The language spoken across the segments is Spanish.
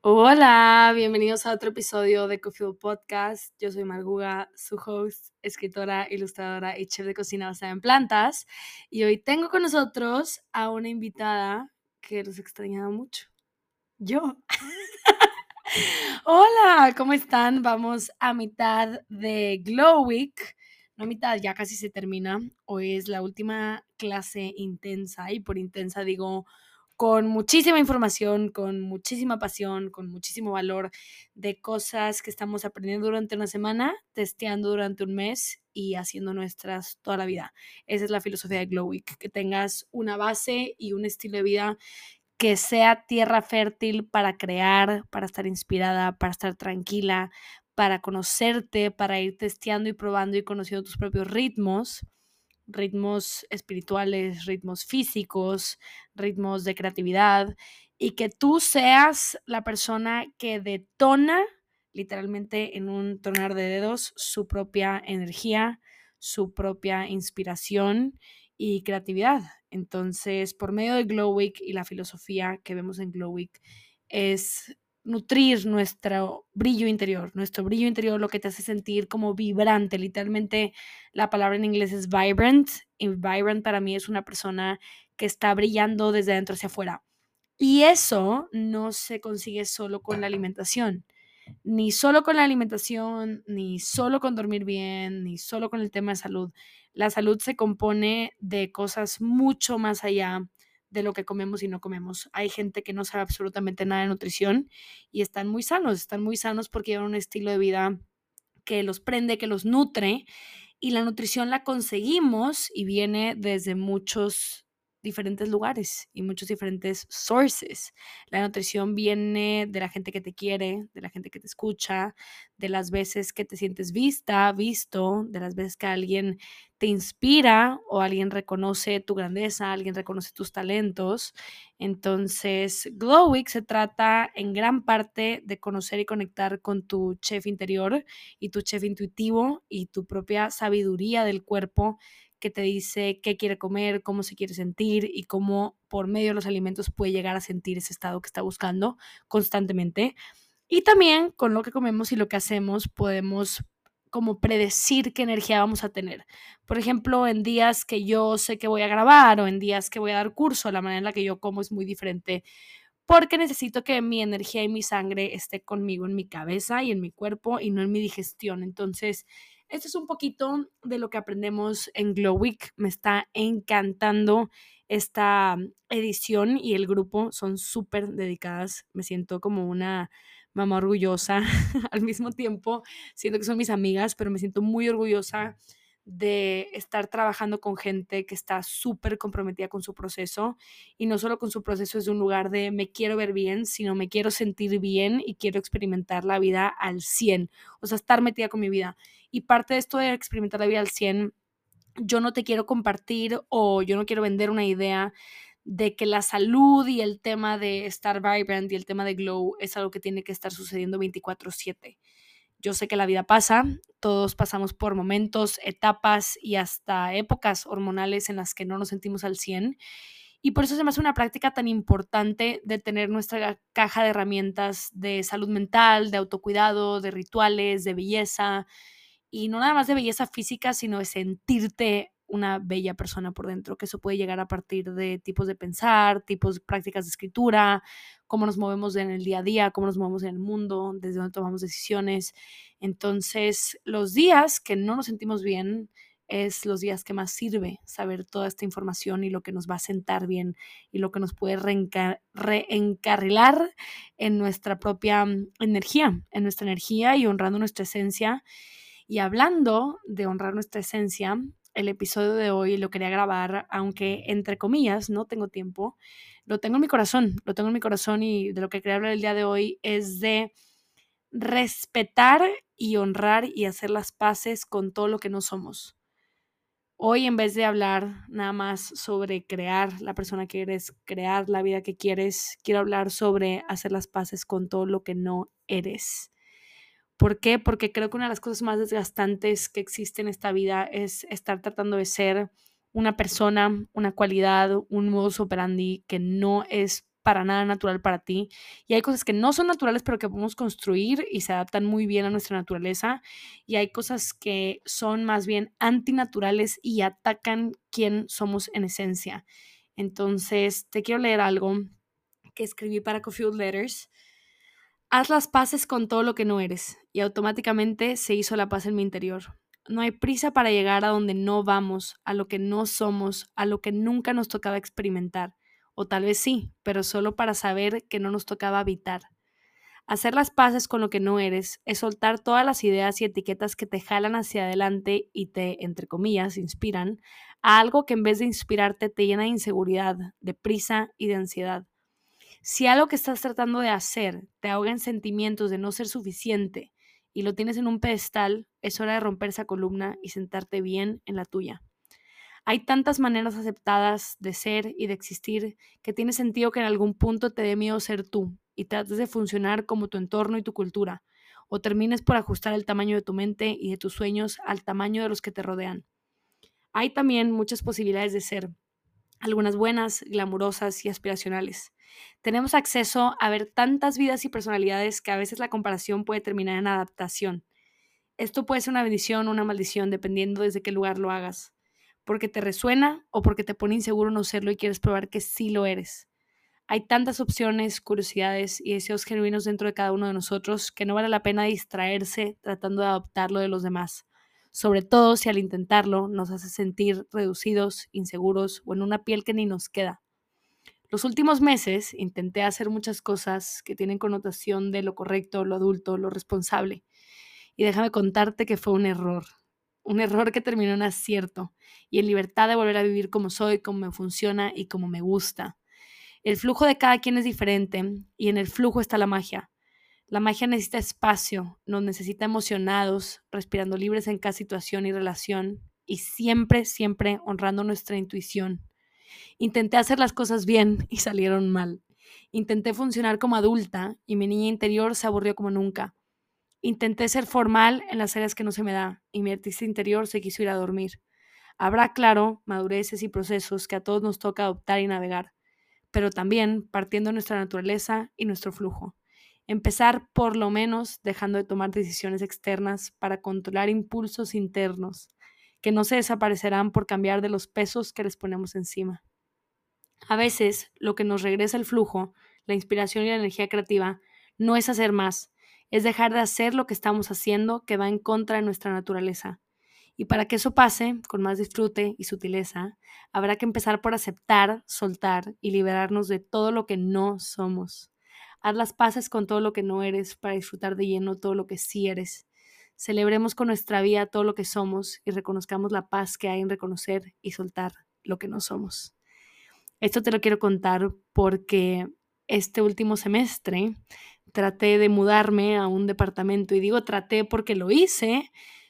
Hola, bienvenidos a otro episodio de Coffee Bowl Podcast. Yo soy Marguga, su host, escritora, ilustradora y chef de cocina basada en plantas. Y hoy tengo con nosotros a una invitada que los extrañaba mucho. Yo. Hola, ¿cómo están? Vamos a mitad de Glow Week. No a mitad, ya casi se termina. Hoy es la última clase intensa y por intensa digo con muchísima información, con muchísima pasión, con muchísimo valor de cosas que estamos aprendiendo durante una semana, testeando durante un mes y haciendo nuestras toda la vida. Esa es la filosofía de Glow Week, que tengas una base y un estilo de vida que sea tierra fértil para crear, para estar inspirada, para estar tranquila, para conocerte, para ir testeando y probando y conociendo tus propios ritmos espirituales, ritmos físicos, ritmos de creatividad, y que tú seas la persona que detona literalmente en un tronar de dedos su propia energía, su propia inspiración y creatividad. Entonces, por medio de Glow Week y la filosofía que vemos en Glow Week es nutrir nuestro brillo interior, lo que te hace sentir como vibrante. Literalmente la palabra en inglés es vibrant, y vibrant para mí es una persona que está brillando desde adentro hacia afuera. Y eso no se consigue solo con la alimentación, ni solo con la alimentación, ni solo con dormir bien, ni solo con el tema de salud. La salud se compone de cosas mucho más allá de lo que comemos y no comemos. Hay gente que no sabe absolutamente nada de nutrición y están muy sanos porque llevan un estilo de vida que los prende, que los nutre, y la nutrición la conseguimos y viene desde muchos diferentes lugares y muchos diferentes sources. La nutrición viene de la gente que te quiere, de la gente que te escucha, de las veces que te sientes vista, visto, de las veces que alguien te inspira o alguien reconoce tu grandeza, alguien reconoce tus talentos. Entonces, Glow Week se trata en gran parte de conocer y conectar con tu chef interior y tu chef intuitivo y tu propia sabiduría del cuerpo que te dice qué quiere comer, cómo se quiere sentir y cómo por medio de los alimentos puede llegar a sentir ese estado que está buscando constantemente. Y también con lo que comemos y lo que hacemos podemos como predecir qué energía vamos a tener. Por ejemplo, en días que yo sé que voy a grabar o en días que voy a dar curso, la manera en la que yo como es muy diferente porque necesito que mi energía y mi sangre esté conmigo en mi cabeza y en mi cuerpo y no en mi digestión. Entonces, esto es un poquito de lo que aprendemos en Glow Week. Me está encantando esta edición y el grupo son súper dedicadas. Me siento como una mamá orgullosa al mismo tiempo. Siento que son mis amigas, pero me siento muy orgullosa de estar trabajando con gente que está súper comprometida con su proceso y no solo con su proceso es de un lugar de me quiero ver bien, sino me quiero sentir bien y quiero experimentar la vida al 100, o sea, estar metida con mi vida. Y parte de esto de experimentar la vida al 100, yo no te quiero compartir o yo no quiero vender una idea de que la salud y el tema de estar vibrant y el tema de glow es algo que tiene que estar sucediendo 24/7. Yo sé que la vida pasa, todos pasamos por momentos, etapas y hasta épocas hormonales en las que no nos sentimos al 100 y por eso se me hace una práctica tan importante de tener nuestra caja de herramientas de salud mental, de autocuidado, de rituales, de belleza, y no nada más de belleza física, sino de sentirte una bella persona por dentro, que eso puede llegar a partir de tipos de pensar, tipos de prácticas de escritura, cómo nos movemos en el día a día, cómo nos movemos en el mundo, desde dónde tomamos decisiones. Entonces, los días que no nos sentimos bien es los días que más sirve saber toda esta información y lo que nos va a sentar bien y lo que nos puede reencarrilar en nuestra propia en nuestra energía y honrando nuestra esencia. Y hablando de honrar nuestra esencia, el episodio de hoy lo quería grabar, aunque entre comillas no tengo tiempo, lo tengo en mi corazón y de lo que quería hablar el día de hoy es de respetar y honrar y hacer las paces con todo lo que no somos. Hoy, en vez de hablar nada más sobre crear la persona que eres, crear la vida que quieres, quiero hablar sobre hacer las paces con todo lo que no eres. ¿Por qué? Porque creo que una de las cosas más desgastantes que existe en esta vida es estar tratando de ser una persona, una cualidad, un modus operandi que no es para nada natural para ti. Y hay cosas que no son naturales, pero que podemos construir y se adaptan muy bien a nuestra naturaleza. Y hay cosas que son más bien antinaturales y atacan quién somos en esencia. Entonces, te quiero leer algo que escribí para Coffee with Letters. Haz las paces con todo lo que no eres, y automáticamente se hizo la paz en mi interior. No hay prisa para llegar a donde no vamos, a lo que no somos, a lo que nunca nos tocaba experimentar. O tal vez sí, pero solo para saber que no nos tocaba habitar. Hacer las paces con lo que no eres es soltar todas las ideas y etiquetas que te jalan hacia adelante y te, entre comillas, inspiran, a algo que en vez de inspirarte te llena de inseguridad, de prisa y de ansiedad. Si algo que estás tratando de hacer te ahoga en sentimientos de no ser suficiente y lo tienes en un pedestal, es hora de romper esa columna y sentarte bien en la tuya. Hay tantas maneras aceptadas de ser y de existir que tiene sentido que en algún punto te dé miedo ser tú y trates de funcionar como tu entorno y tu cultura, o termines por ajustar el tamaño de tu mente y de tus sueños al tamaño de los que te rodean. Hay también muchas posibilidades de ser, algunas buenas, glamurosas y aspiracionales. Tenemos acceso a ver tantas vidas y personalidades que a veces la comparación puede terminar en adaptación. Esto puede ser una bendición o una maldición dependiendo desde qué lugar lo hagas, porque te resuena o porque te pone inseguro no serlo y quieres probar que sí lo eres. Hay tantas opciones, curiosidades y deseos genuinos dentro de cada uno de nosotros que no vale la pena distraerse tratando de adoptar lo de los demás, sobre todo si al intentarlo nos hace sentir reducidos, inseguros o en una piel que ni nos queda. Los últimos meses intenté hacer muchas cosas que tienen connotación de lo correcto, lo adulto, lo responsable. Y déjame contarte que fue un error que terminó en acierto y en libertad de volver a vivir como soy, como me funciona y como me gusta. El flujo de cada quien es diferente y en el flujo está la magia. La magia necesita espacio, nos necesita emocionados, respirando libres en cada situación y relación y siempre, siempre honrando nuestra intuición. Intenté hacer las cosas bien y salieron mal. Intenté funcionar como adulta y mi niña interior se aburrió como nunca. Intenté ser formal en las áreas que no se me da y mi artista interior se quiso ir a dormir. Habrá, claro, madureces y procesos que a todos nos toca adoptar y navegar, pero también partiendo de nuestra naturaleza y nuestro flujo. Empezar por lo menos dejando de tomar decisiones externas para controlar impulsos internos que no se desaparecerán por cambiar de los pesos que les ponemos encima. A veces, lo que nos regresa el flujo, la inspiración y la energía creativa, no es hacer más, es dejar de hacer lo que estamos haciendo que va en contra de nuestra naturaleza. Y para que eso pase, con más disfrute y sutileza, habrá que empezar por aceptar, soltar y liberarnos de todo lo que no somos. Haz las paces con todo lo que no eres para disfrutar de lleno todo lo que sí eres. Celebremos con nuestra vida todo lo que somos y reconozcamos la paz que hay en reconocer y soltar lo que no somos. Esto te lo quiero contar porque este último semestre traté de mudarme a un departamento y digo traté porque lo hice,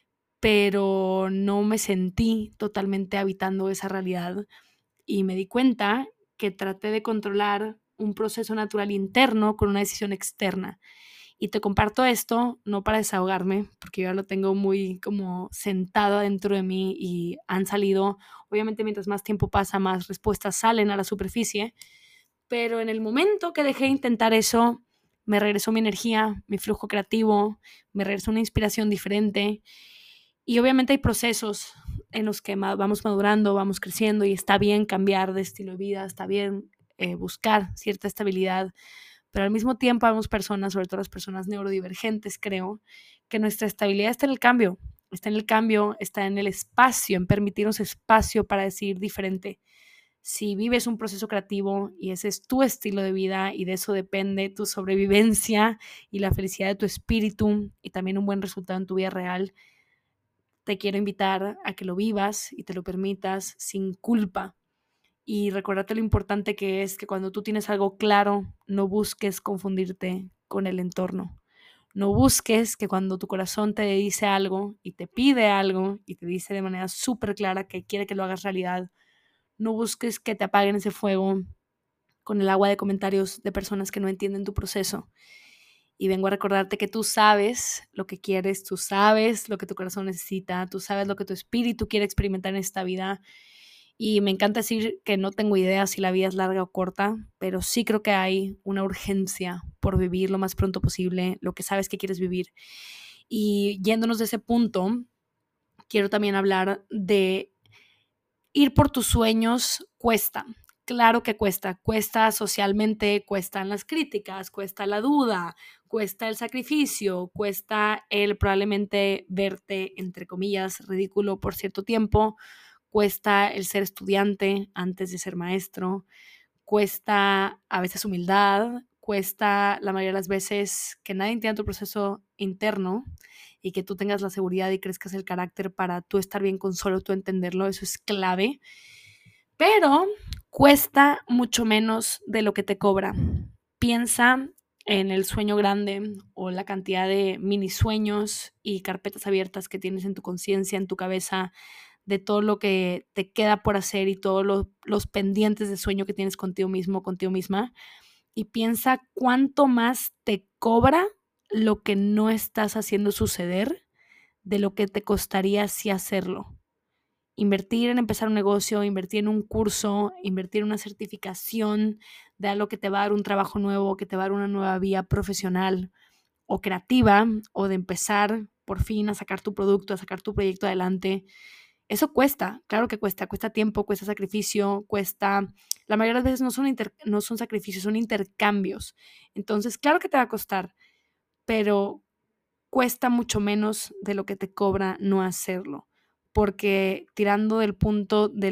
pero no me sentí totalmente habitando esa realidad y me di cuenta que traté de controlar un proceso natural interno con una decisión externa. Y te comparto esto no para desahogarme, porque yo ya lo tengo muy como sentado dentro de mí y han salido, obviamente mientras más tiempo pasa, más respuestas salen a la superficie, pero en el momento que dejé de intentar eso, me regresó mi energía, mi flujo creativo, me regresó una inspiración diferente y obviamente hay procesos en los que vamos madurando, vamos creciendo y está bien cambiar de estilo de vida, está bien buscar cierta estabilidad, pero al mismo tiempo vemos personas, sobre todo las personas neurodivergentes, creo, que nuestra estabilidad está en el cambio, está en el espacio, en permitirnos espacio para decidir diferente. Si vives un proceso creativo y ese es tu estilo de vida y de eso depende tu sobrevivencia y la felicidad de tu espíritu y también un buen resultado en tu vida real, te quiero invitar a que lo vivas y te lo permitas sin culpa. Y recordarte lo importante que es que cuando tú tienes algo claro, no busques confundirte con el entorno. No busques que cuando tu corazón te dice algo y te pide algo y te dice de manera súper clara que quiere que lo hagas realidad, no busques que te apaguen ese fuego con el agua de comentarios de personas que no entienden tu proceso. Y vengo a recordarte que tú sabes lo que quieres, tú sabes lo que tu corazón necesita, tú sabes lo que tu espíritu quiere experimentar en esta vida Y me encanta decir que no tengo idea si la vida es larga o corta, pero sí creo que hay una urgencia por vivir lo más pronto posible, lo que sabes que quieres vivir. Y yéndonos de ese punto, quiero también hablar de ir por tus sueños cuesta. Claro que cuesta, cuesta socialmente, cuestan las críticas, cuesta la duda, cuesta el sacrificio, cuesta el probablemente verte, entre comillas, ridículo por cierto tiempo, cuesta el ser estudiante antes de ser maestro, cuesta a veces humildad, cuesta la mayoría de las veces que nadie entienda tu proceso interno y que tú tengas la seguridad y crezcas el carácter para tú estar bien con solo tú entenderlo, eso es clave, pero cuesta mucho menos de lo que te cobra. Piensa en el sueño grande o la cantidad de mini sueños y carpetas abiertas que tienes en tu conciencia, en tu cabeza, de todo lo que te queda por hacer y todos los pendientes de sueño que tienes contigo mismo, contigo misma, y piensa cuánto más te cobra lo que no estás haciendo suceder de lo que te costaría así hacerlo. Invertir en empezar un negocio, invertir en un curso, invertir en una certificación de algo que te va a dar un trabajo nuevo, que te va a dar una nueva vía profesional o creativa, o de empezar por fin a sacar tu producto, a sacar tu proyecto adelante. Eso cuesta, claro que cuesta tiempo, cuesta sacrificio, cuesta, la mayoría de las veces no son sacrificios, son intercambios. Entonces, claro que te va a costar, pero cuesta mucho menos de lo que te cobra no hacerlo. Porque tirando del punto de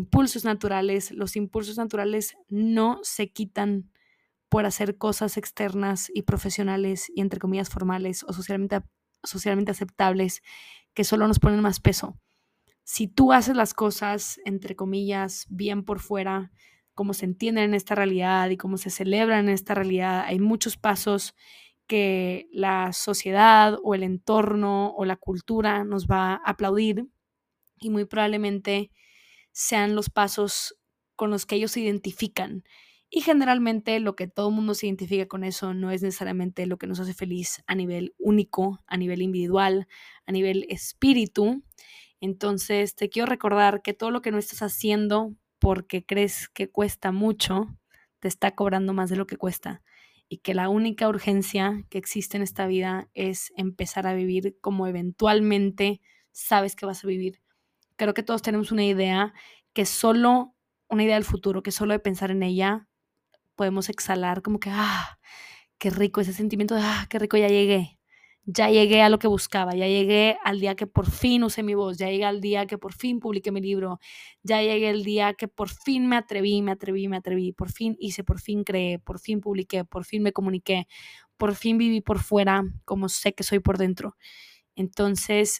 los impulsos naturales no se quitan por hacer cosas externas y profesionales y entre comillas formales o socialmente aceptables que solo nos ponen más peso. Si tú haces las cosas, entre comillas, bien por fuera, como se entienden en esta realidad y como se celebran en esta realidad, hay muchos pasos que la sociedad o el entorno o la cultura nos va a aplaudir y muy probablemente sean los pasos con los que ellos se identifican. Y generalmente lo que todo el mundo se identifica con eso no es necesariamente lo que nos hace feliz a nivel único, a nivel individual, a nivel espíritu. Entonces, te quiero recordar que todo lo que no estás haciendo porque crees que cuesta mucho, te está cobrando más de lo que cuesta. Y que la única urgencia que existe en esta vida es empezar a vivir como eventualmente sabes que vas a vivir. Creo que todos tenemos una idea que solo, una idea del futuro, que solo de pensar en ella podemos exhalar como que, qué rico, ese sentimiento de, qué rico, ya llegué a lo que buscaba, ya llegué al día que por fin usé mi voz, ya llegué al día que por fin publiqué mi libro, ya llegué al día que por fin me atreví, por fin hice, por fin creé, por fin publiqué, por fin me comuniqué, por fin viví por fuera como sé que soy por dentro. Entonces,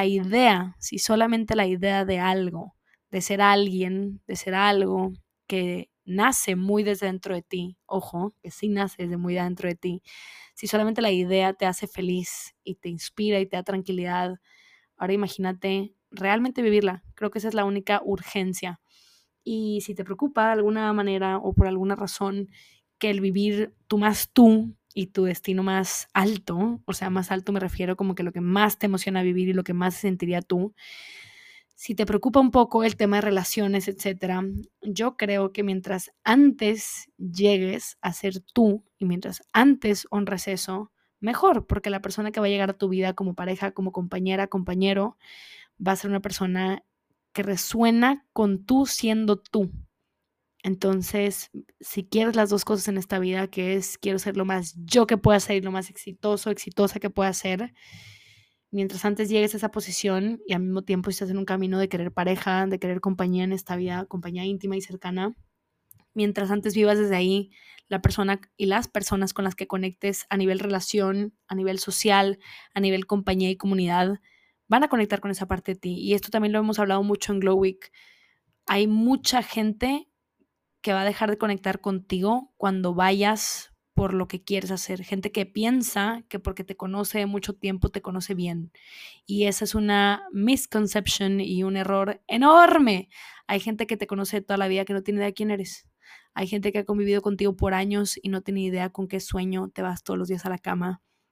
si solamente la idea de algo, de ser alguien, de ser algo que nace muy desde dentro de ti, ojo, que sí nace desde muy dentro de ti, si solamente la idea te hace feliz y te inspira y te da tranquilidad, ahora imagínate realmente vivirla. Creo que esa es la única urgencia. Y si te preocupa de alguna manera o por alguna razón que el vivir tú y tu destino más alto, o sea, más alto me refiero como que lo que más te emociona vivir y lo que más se sentiría tú, si te preocupa un poco el tema de relaciones, etcétera, yo creo que mientras antes llegues a ser tú y mientras antes honres eso, mejor, porque la persona que va a llegar a tu vida como pareja, como compañera, compañero, va a ser una persona que resuena con tú siendo tú. Entonces, si quieres las dos cosas en esta vida, que es quiero ser lo más yo que pueda ser y lo más exitoso, exitosa que pueda ser, mientras antes llegues a esa posición y al mismo tiempo estás en un camino de querer pareja, de querer compañía en esta vida, compañía íntima y cercana, mientras antes vivas desde ahí, la persona y las personas con las que conectes a nivel relación, a nivel social, a nivel compañía y comunidad, van a conectar con esa parte de ti. Y esto también lo hemos hablado mucho en Glow Week. Hay mucha gente que va a dejar de conectar contigo cuando vayas por lo que quieres hacer. Gente que piensa que porque te conoce mucho tiempo te conoce bien. Y esa es una misconception y un error enorme. Hay gente que te conoce toda la vida que no tiene idea de quién eres. Hay gente que ha convivido contigo por años y no tiene idea con qué sueño te vas todos los días a la cama.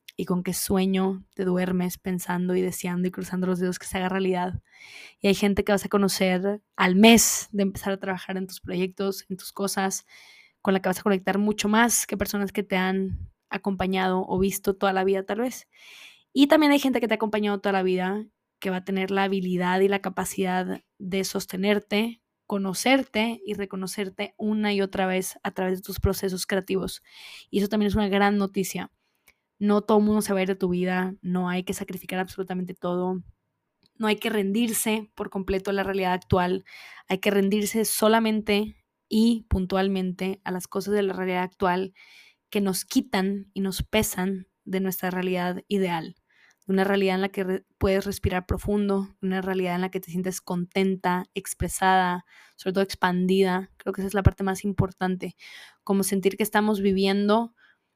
y con qué sueño te duermes pensando y deseando y cruzando los dedos que se haga realidad. Y hay gente que vas a conocer al mes de empezar a trabajar en tus proyectos, en tus cosas, con la que vas a conectar mucho más que personas que te han acompañado o visto toda la vida tal vez. Y también hay gente que te ha acompañado toda la vida, que va a tener la habilidad y la capacidad de sostenerte, conocerte y reconocerte una y otra vez a través de tus procesos creativos. Y eso también es una gran noticia. No todo el mundo se va a ir de tu vida, no hay que sacrificar absolutamente todo, no hay que rendirse por completo a la realidad actual, hay que rendirse solamente y puntualmente a las cosas de la realidad actual que nos quitan y nos pesan de nuestra realidad ideal, de una realidad en la que puedes respirar profundo, una realidad en la que te sientes contenta, expresada, sobre todo expandida. Creo que esa es la parte más importante, como sentir que estamos viviendo,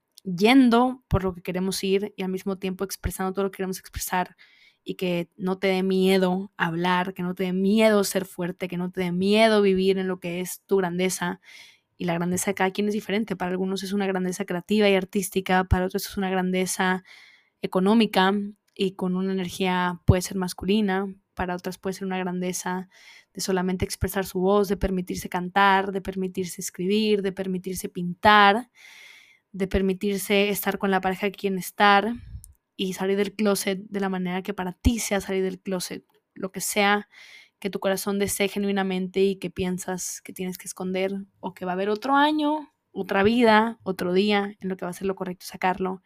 yendo por lo que queremos ir y al mismo tiempo expresando todo lo que queremos expresar, y que no te dé miedo hablar, que no te dé miedo ser fuerte, que no te dé miedo vivir en lo que es tu grandeza. Y la grandeza de cada quien es diferente. Para algunos es una grandeza creativa y artística, para otros es una grandeza económica y con una energía puede ser masculina, para otras puede ser una grandeza de solamente expresar su voz, de permitirse cantar, de permitirse escribir, de permitirse pintar, de permitirse estar con la pareja que quieren estar y salir del closet de la manera que para ti sea salir del closet, lo que sea que tu corazón desee genuinamente y que piensas que tienes que esconder, o que va a haber otro año, otra vida, otro día en lo que va a ser lo correcto sacarlo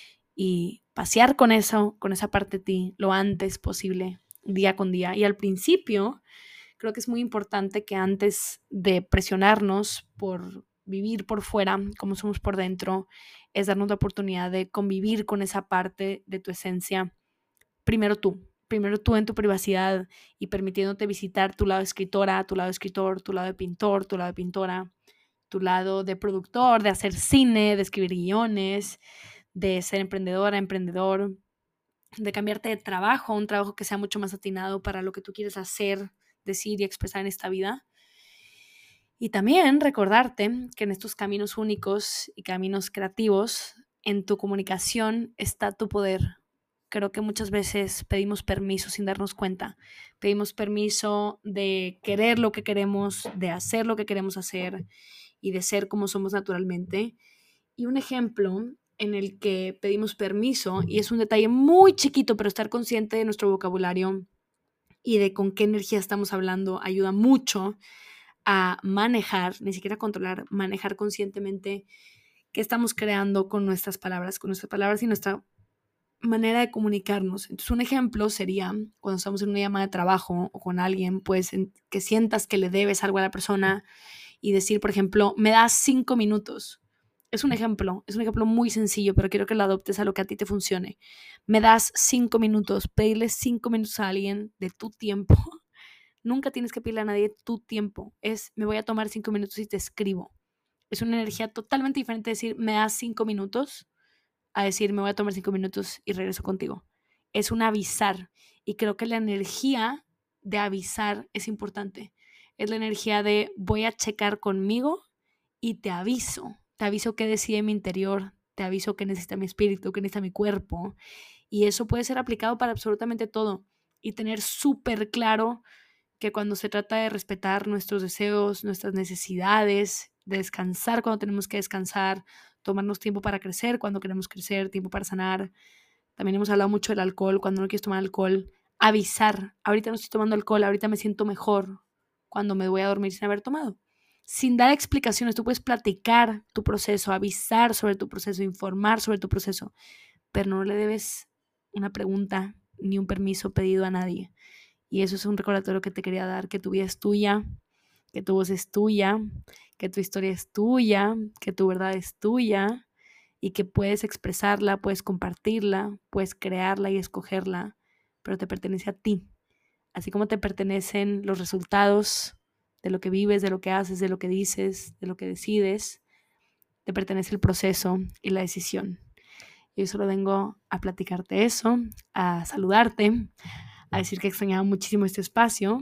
y pasear con eso, con esa parte de ti lo antes posible, día con día. Y al principio creo que es muy importante que antes de presionarnos por vivir por fuera como somos por dentro, es darnos la oportunidad de convivir con esa parte de tu esencia. Primero tú en tu privacidad y permitiéndote visitar tu lado escritora, tu lado escritor, tu lado de pintor, tu lado de pintora, tu lado de productor, de hacer cine, de escribir guiones, de ser emprendedora, emprendedor, de cambiarte de trabajo a un trabajo que sea mucho más atinado para lo que tú quieres hacer, decir y expresar en esta vida. Y también recordarte que en estos caminos únicos y caminos creativos, en tu comunicación está tu poder. Creo que muchas veces pedimos permiso sin darnos cuenta. Pedimos permiso de querer lo que queremos, de hacer lo que queremos hacer y de ser como somos naturalmente. Y un ejemplo en el que pedimos permiso, y es un detalle muy chiquito, pero estar consciente de nuestro vocabulario y de con qué energía estamos hablando, ayuda mucho a manejar, ni siquiera controlar, manejar conscientemente qué estamos creando con nuestras palabras y nuestra manera de comunicarnos. Entonces, un ejemplo sería cuando estamos en una llamada de trabajo o con alguien, pues que sientas que le debes algo a la persona y decir, por ejemplo, me das 5 minutos. Es un ejemplo muy sencillo, pero quiero que lo adoptes a lo que a ti te funcione. Me das 5 minutos, pedirle 5 minutos a alguien de tu tiempo. Nunca tienes que pedirle a nadie tu tiempo. Es, me voy a tomar 5 minutos y te escribo. Es una energía totalmente diferente decir, me das 5 minutos, a decir, me voy a tomar 5 minutos y regreso contigo. Es un avisar. Y creo que la energía de avisar es importante. Es la energía de voy a checar conmigo y te aviso. Te aviso qué decide mi interior, te aviso qué necesita mi espíritu, qué necesita mi cuerpo. Y eso puede ser aplicado para absolutamente todo. Y tener súper claro que cuando se trata de respetar nuestros deseos, nuestras necesidades, de descansar cuando tenemos que descansar, tomarnos tiempo para crecer cuando queremos crecer, tiempo para sanar. También hemos hablado mucho del alcohol, cuando no quieres tomar alcohol, avisar, ahorita no estoy tomando alcohol, ahorita me siento mejor cuando me voy a dormir sin haber tomado. Sin dar explicaciones, tú puedes platicar tu proceso, avisar sobre tu proceso, informar sobre tu proceso, pero no le debes una pregunta ni un permiso pedido a nadie. Y eso es un recordatorio que te quería dar, que tu vida es tuya, que tu voz es tuya, que tu historia es tuya, que tu verdad es tuya y que puedes expresarla, puedes compartirla, puedes crearla y escogerla, pero te pertenece a ti. Así como te pertenecen los resultados de lo que vives, de lo que haces, de lo que dices, de lo que decides, te pertenece el proceso y la decisión. Yo solo vengo a platicarte eso, a saludarte, a decir que extrañaba muchísimo este espacio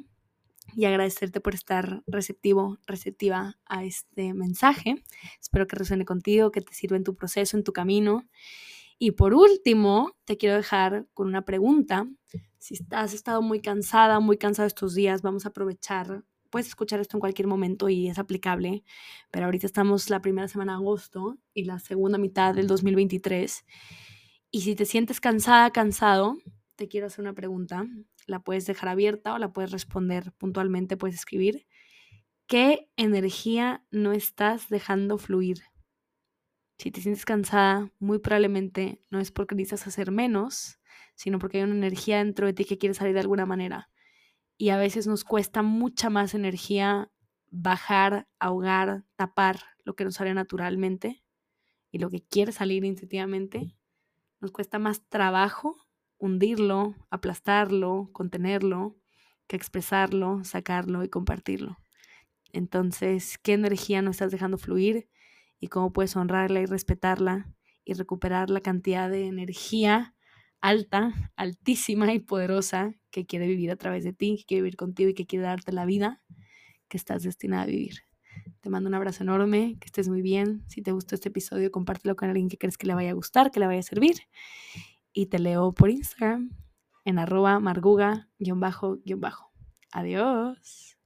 y agradecerte por estar receptivo, receptiva a este mensaje. Espero que resuene contigo, que te sirva en tu proceso, en tu camino Y por último, te quiero dejar con una pregunta. Si has estado muy cansada, muy cansado estos días, vamos a aprovechar. Puedes escuchar esto en cualquier momento y es aplicable, pero ahorita estamos la primera semana de agosto y la segunda mitad del 2023. Y si te sientes cansada, cansado, te quiero hacer una pregunta. La puedes dejar abierta o la puedes responder puntualmente, puedes escribir. ¿Qué energía no estás dejando fluir? Si te sientes cansada, muy probablemente no es porque necesitas hacer menos, sino porque hay una energía dentro de ti que quiere salir de alguna manera. Y a veces nos cuesta mucha más energía bajar, ahogar, tapar lo que nos sale naturalmente y lo que quiere salir instintivamente. Nos cuesta más trabajo hundirlo, aplastarlo, contenerlo, que expresarlo, sacarlo y compartirlo. Entonces, ¿qué energía no estás dejando fluir y cómo puedes honrarla y respetarla y recuperar la cantidad de energía alta, altísima y poderosa que quiere vivir a través de ti, que quiere vivir contigo y que quiere darte la vida que estás destinada a vivir? Te mando un abrazo enorme, que estés muy bien. Si te gustó este episodio, compártelo con alguien que crees que le vaya a gustar, que le vaya a servir. Y te leo por Instagram en @marguga_. Adiós.